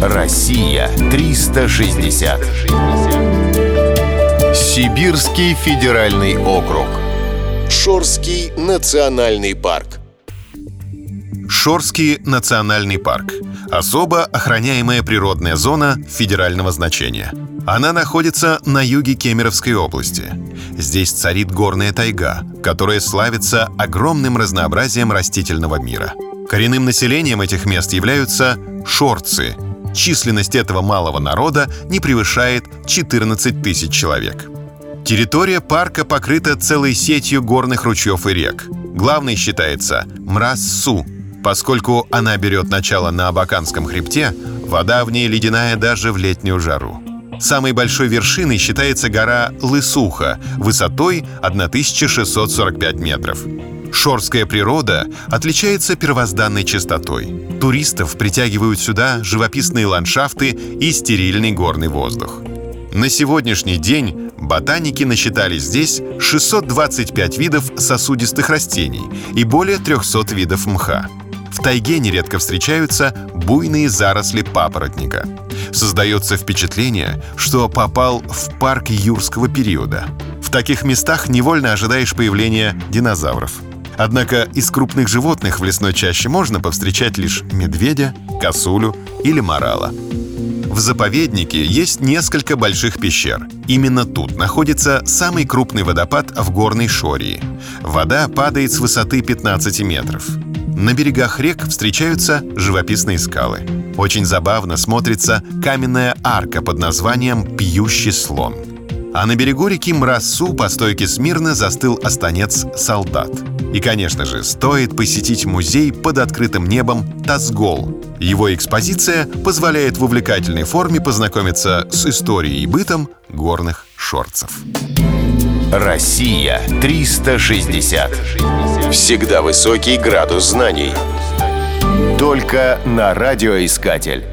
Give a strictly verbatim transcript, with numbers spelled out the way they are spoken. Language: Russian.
Россия триста шестьдесят. Сибирский федеральный округ. Шорский национальный парк. Шорский национальный парк – особо охраняемая природная зона федерального значения. Она находится на юге Кемеровской области. Здесь царит горная тайга, которая славится огромным разнообразием растительного мира. Коренным населением этих мест являются шорцы. Численность этого малого народа не превышает четырнадцать тысяч человек. Территория парка покрыта целой сетью горных ручьев и рек. Главной считается Мраз-Су. Поскольку она берет начало на Абаканском хребте, вода в ней ледяная даже в летнюю жару. Самой большой вершиной считается гора Лысуха высотой тысяча шестьсот сорок пять метров. Шорская природа отличается первозданной чистотой. Туристов притягивают сюда живописные ландшафты и стерильный горный воздух. На сегодняшний день ботаники насчитали здесь шестьсот двадцать пять видов сосудистых растений и более трехсот видов мха. В тайге нередко встречаются буйные заросли папоротника. Создается впечатление, что попал в парк юрского периода. В таких местах невольно ожидаешь появления динозавров. Однако из крупных животных в лесной чаще можно повстречать лишь медведя, косулю или морала. В заповеднике есть несколько больших пещер. Именно тут находится самый крупный водопад в Горной Шории. Вода падает с высоты пятнадцати метров. На берегах рек встречаются живописные скалы. Очень забавно смотрится каменная арка под названием «Пьющий слон». А на берегу реки Мраз-Су по стойке смирно застыл останец-солдат. И, конечно же, стоит посетить музей под открытым небом Тазгол. Его экспозиция позволяет в увлекательной форме познакомиться с историей и бытом горных шорцев. Россия триста шестьдесят. Всегда высокий градус знаний. Только на радиоискатель.